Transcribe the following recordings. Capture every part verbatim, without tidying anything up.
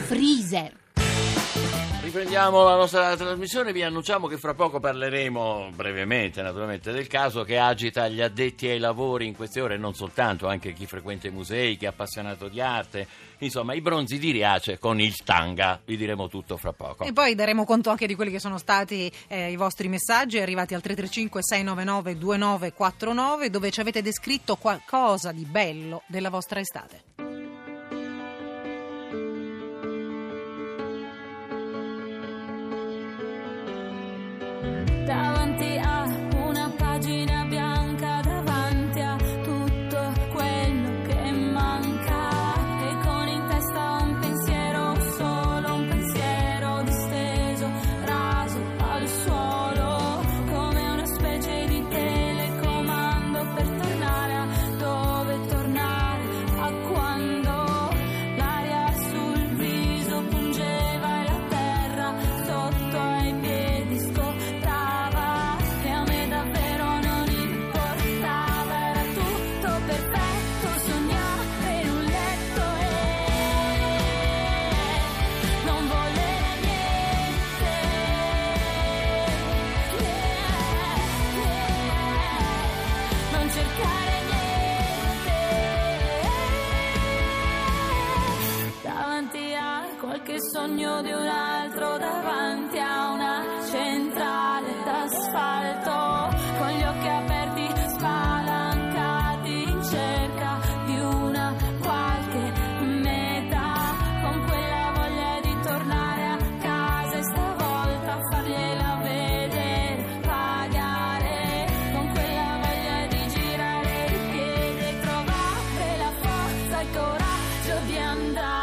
Freezer. Riprendiamo la nostra trasmissione, vi annunciamo che fra poco parleremo brevemente naturalmente del caso che agita gli addetti ai lavori in queste ore, non soltanto, anche chi frequenta i musei, chi è appassionato di arte, insomma i bronzi di Riace con il tanga, vi diremo tutto fra poco. E poi daremo conto anche di quelli che sono stati eh, i vostri messaggi arrivati al tre tre cinque sei nove nove due nove quattro nove, dove ci avete descritto qualcosa di bello della vostra estate. Davanti a una pagina bianca, davanti a tutto quello che manca, e con in testa un pensiero solo, un pensiero disteso, raso al suolo, come una specie di telecomando per tornare a dove tornare, a quando l'aria sul viso pungeva e la terra sotto ai piedi scottava. Sogno di un altro, davanti a una centrale d'asfalto, con gli occhi aperti spalancati in cerca di una qualche meta, con quella voglia di tornare a casa e stavolta fargliela vedere, pagare, con quella voglia di girare il piede, trovare la forza e il coraggio di andare.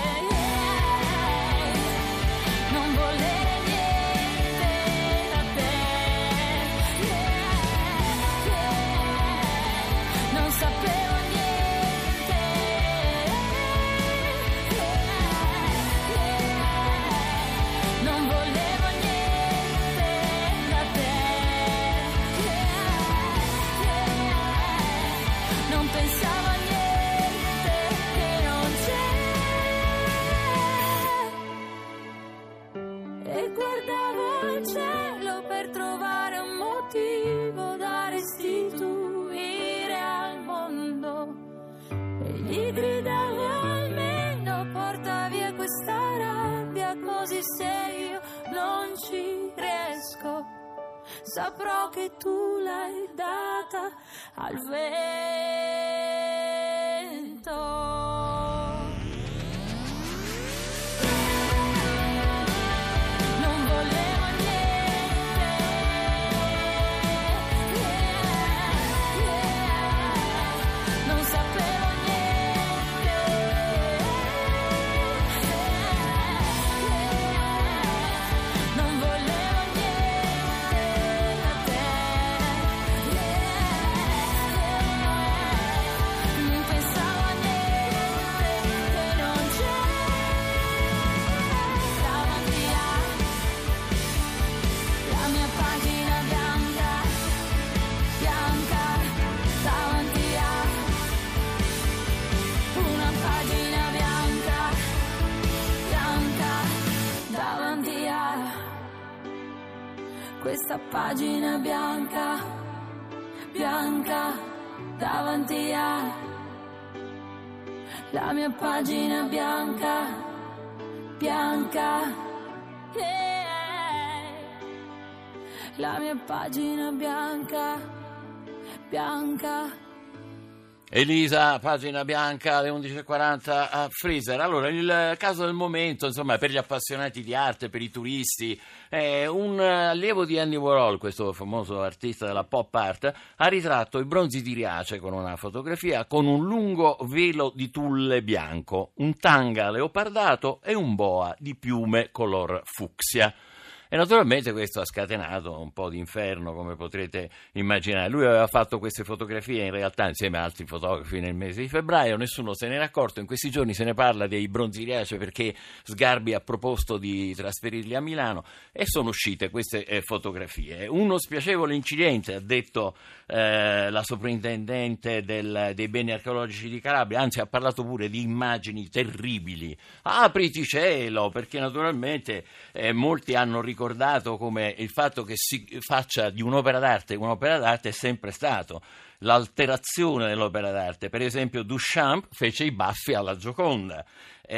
Gli gridavo almeno porta via questa rabbia, così se io non ci riesco saprò che tu l'hai data al vento. Questa pagina bianca, bianca, davanti a la mia pagina bianca, bianca, yeah. La mia pagina bianca, bianca. Elisa, pagina bianca alle undici e quaranta a Freezer. Allora, il caso del momento, insomma, per gli appassionati di arte, per i turisti, è un allievo di Andy Warhol, questo famoso artista della pop art, ha ritratto i bronzi di Riace con una fotografia con un lungo velo di tulle bianco, un tanga leopardato e un boa di piume color fucsia. E naturalmente questo ha scatenato un po' di inferno, come potrete immaginare. Lui aveva fatto queste fotografie in realtà insieme a altri fotografi nel mese di febbraio, nessuno se n'era accorto. In questi giorni se ne parla dei bronzi di Riace perché Sgarbi ha proposto di trasferirli a Milano e sono uscite queste eh, fotografie. Uno spiacevole incidente, ha detto eh, la sovrintendente del, dei beni archeologici di Calabria, anzi ha parlato pure di immagini terribili. Apriti cielo, perché naturalmente eh, molti hanno ricordato come il fatto che si faccia di un'opera d'arte un'opera d'arte è sempre stato l'alterazione dell'opera d'arte. Per esempio Duchamp fece i baffi alla Gioconda,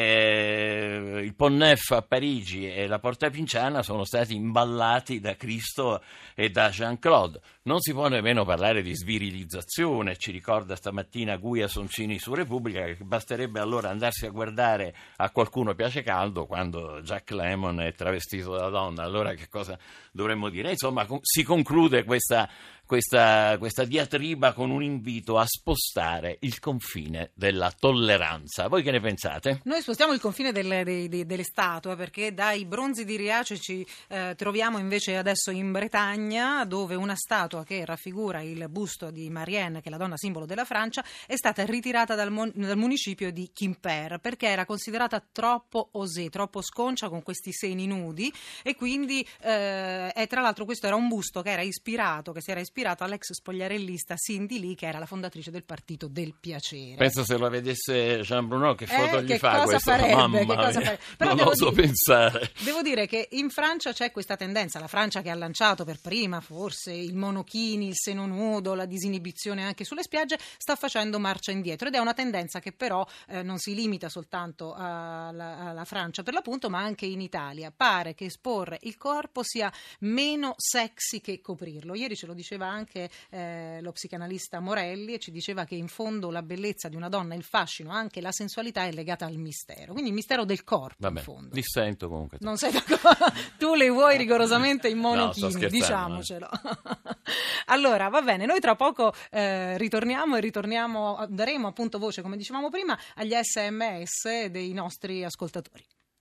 eh, il Pont Neuf a Parigi e la Porta Pinciana sono stati imballati da Cristo e da Jean-Claude. Non si può nemmeno parlare di svirilizzazione, ci ricorda stamattina Guia Soncini su Repubblica, che basterebbe allora andarsi a guardare A qualcuno piace caldo quando Jack Lemmon è travestito da donna. Allora che cosa dovremmo dire? Insomma, si conclude questa Questa, questa diatriba con un invito a spostare il confine della tolleranza. Voi che ne pensate? Noi spostiamo il confine delle, dei, dei, delle statue, perché dai bronzi di Riace ci eh, troviamo invece adesso in Bretagna, dove una statua che raffigura il busto di Marianne, che è la donna simbolo della Francia, è stata ritirata dal, mon- dal municipio di Quimper perché era considerata troppo osé, troppo sconcia, con questi seni nudi, e quindi eh, e tra l'altro questo era un busto che era ispirato, che si era ispirato ispirato all'ex spogliarellista Cindy Lee, che era la fondatrice del Partito del Piacere. Penso se lo vedesse Jean Bruno che foto eh, gli che fa cosa questo? farebbe, Mamma che cosa mia, farebbe. Però non devo oso dire, pensare. Devo dire che in Francia c'è questa tendenza, la Francia che ha lanciato per prima forse il monochini, il seno nudo, la disinibizione anche sulle spiagge, sta facendo marcia indietro, ed è una tendenza che però eh, non si limita soltanto alla, alla Francia per l'appunto, ma anche in Italia. Pare che esporre il corpo sia meno sexy che coprirlo. Ieri ce lo diceva anche eh, lo psicanalista Morelli, e ci diceva che in fondo la bellezza di una donna, il fascino, anche la sensualità è legata al mistero, quindi il mistero del corpo. Vabbè, in fondo. Dissento comunque. Non sei d'accordo? Tu le vuoi rigorosamente in monochini, no, diciamocelo. Allora, va bene, noi tra poco eh, ritorniamo e ritorniamo, daremo appunto voce, come dicevamo prima, agli sms dei nostri ascoltatori.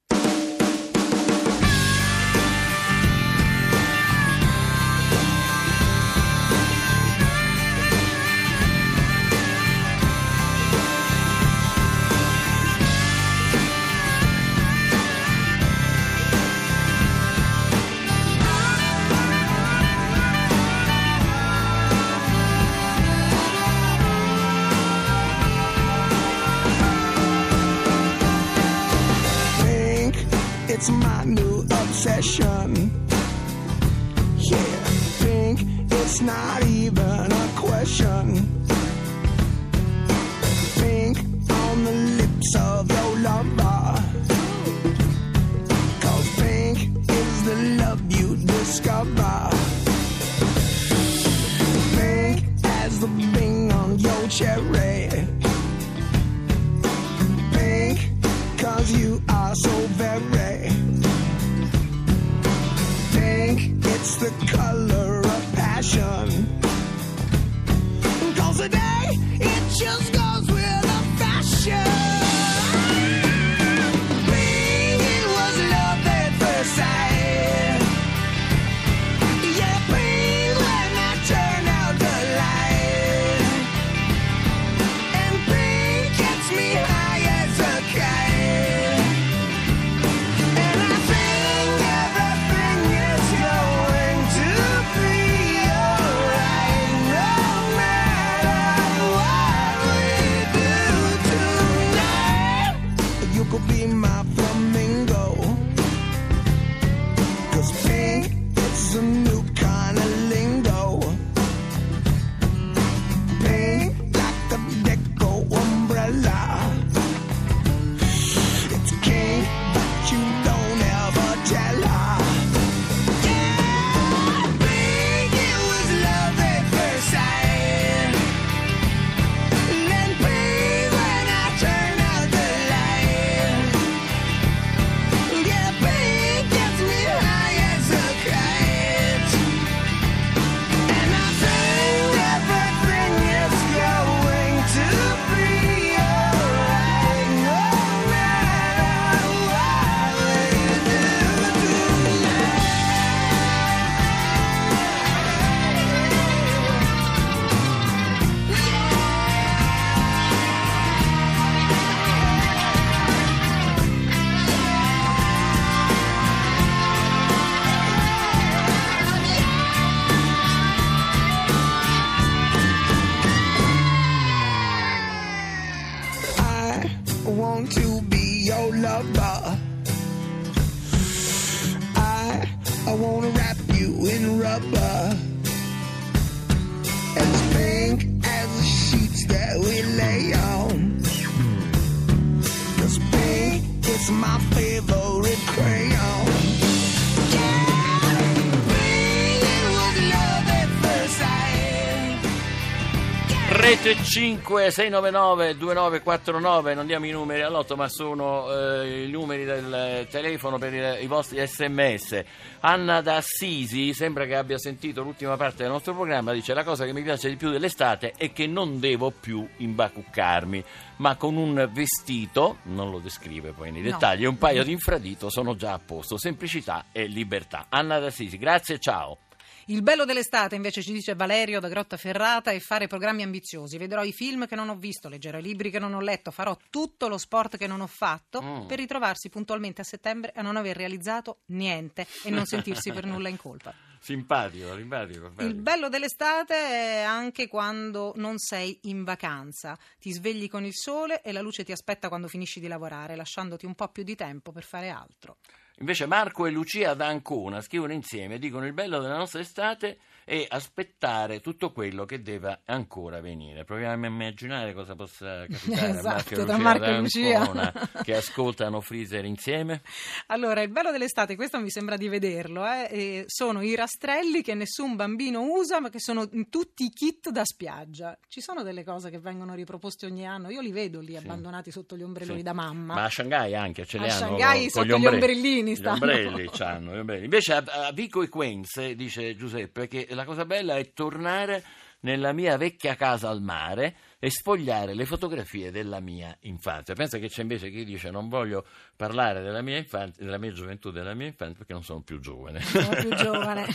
It's my new obsession. Yeah, think it's not even a question. Think on the lips of your lover. Cause pink is the love you discover. Pink as the bing on your cherry. Pink cause you are so very pink, it's the color of passion. Cause today it just goes with the fashion. Pink, it was love at first sight. Yeah, pink when I turn out the light. And pink gets me high as a kite. And I think everything is going to be alright, no matter what we want to be your lover. I, I wanna wrap you in rubber, as pink as the sheets that we lay on. 'Cause pink is my favorite crayon. Yeah, pink, it was love at first sight. Rete cinque sei nove nove due nove quattro nove, non diamo i numeri all'otto, ma sono eh, i numeri del telefono per i, i vostri sms. Anna da Assisi sembra che abbia sentito l'ultima parte del nostro programma, dice: la cosa che mi piace di più dell'estate è che non devo più imbacuccarmi, ma con un vestito, non lo descrive poi nei dettagli, e un paio di infradito sono già a posto. Semplicità e libertà. Anna da Assisi, grazie, ciao. Il bello dell'estate, invece, ci dice Valerio da Grottaferrata, è fare programmi ambiziosi. Vedrò i film che non ho visto, leggerò i libri che non ho letto, farò tutto lo sport che non ho fatto mm. per ritrovarsi puntualmente a settembre a non aver realizzato niente e non sentirsi per nulla in colpa. Simpatico, simpatico. Il bello dell'estate è anche quando non sei in vacanza. Ti svegli con il sole e la luce ti aspetta quando finisci di lavorare, lasciandoti un po' più di tempo per fare altro. Invece Marco e Lucia da Ancona scrivono insieme, dicono: il bello della nostra estate è aspettare tutto quello che deve ancora venire. Proviamo a immaginare cosa possa capitare esatto, a Marco e Lucia, Marco da e Lucia. Ancona che ascoltano Freezer insieme. Allora, il bello dell'estate, questo mi sembra di vederlo, eh, e sono i rastrelli che nessun bambino usa, ma che sono in tutti i kit da spiaggia. Ci sono delle cose che vengono riproposte ogni anno, io li vedo lì sì. abbandonati sotto gli ombrelloni sì. da mamma. Ma a Shanghai anche ce li a hanno Shanghai con, sotto con gli, gli ombrellini gli stanno. ombrelli c'hanno, gli ombrelli. Invece a, a Vico Equense, dice Giuseppe, che la cosa bella è tornare nella mia vecchia casa al mare e sfogliare le fotografie della mia infanzia. Pensa che c'è invece chi dice: non voglio parlare della mia infanzia, della mia gioventù, della mia infanzia, perché non sono più giovane. Sono più giovane.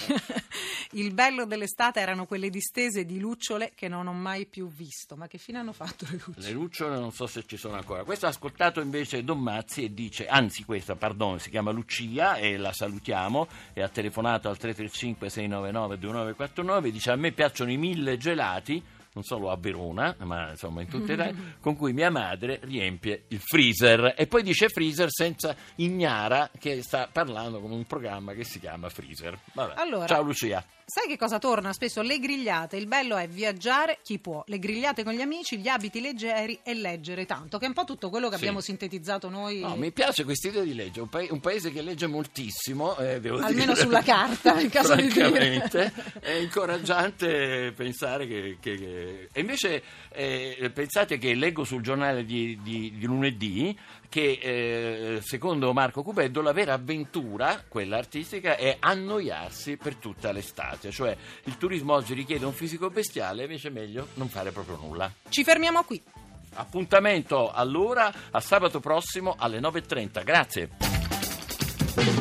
Il bello dell'estate erano quelle distese di lucciole che non ho mai più visto. Ma che fine hanno fatto le lucciole? Le lucciole non so se ci sono ancora. Questo ha ascoltato invece Don Mazzi e dice, anzi questa, pardon, si chiama Lucia e la salutiamo, e ha telefonato al tre tre cinque sei nove nove due nove quattro nove, dice: a me piacciono i mille gelati, non solo a Verona, ma insomma in tutta Italia, con cui mia madre riempie il freezer. E poi dice freezer senza ignara che sta parlando con un programma che si chiama Freezer. Vabbè. Allora, ciao Lucia. Sai che cosa torna spesso? Le grigliate. Il bello è viaggiare, chi può, le grigliate con gli amici, gli abiti leggeri e leggere tanto, che è un po' tutto quello che sì. abbiamo sintetizzato noi. No, mi piace questa idea di leggere, un, pa- un paese che legge moltissimo, eh, devo almeno dire, sulla carta, in caso di dire. È incoraggiante pensare che, che, che... E invece eh, pensate che leggo sul giornale di, di, di lunedì che eh, secondo Marco Cupeddo la vera avventura, quella artistica, è annoiarsi per tutta l'estate. Cioè il turismo oggi richiede un fisico bestiale, invece è meglio non fare proprio nulla. Ci fermiamo qui. Appuntamento allora a sabato prossimo alle nove e trenta. Grazie.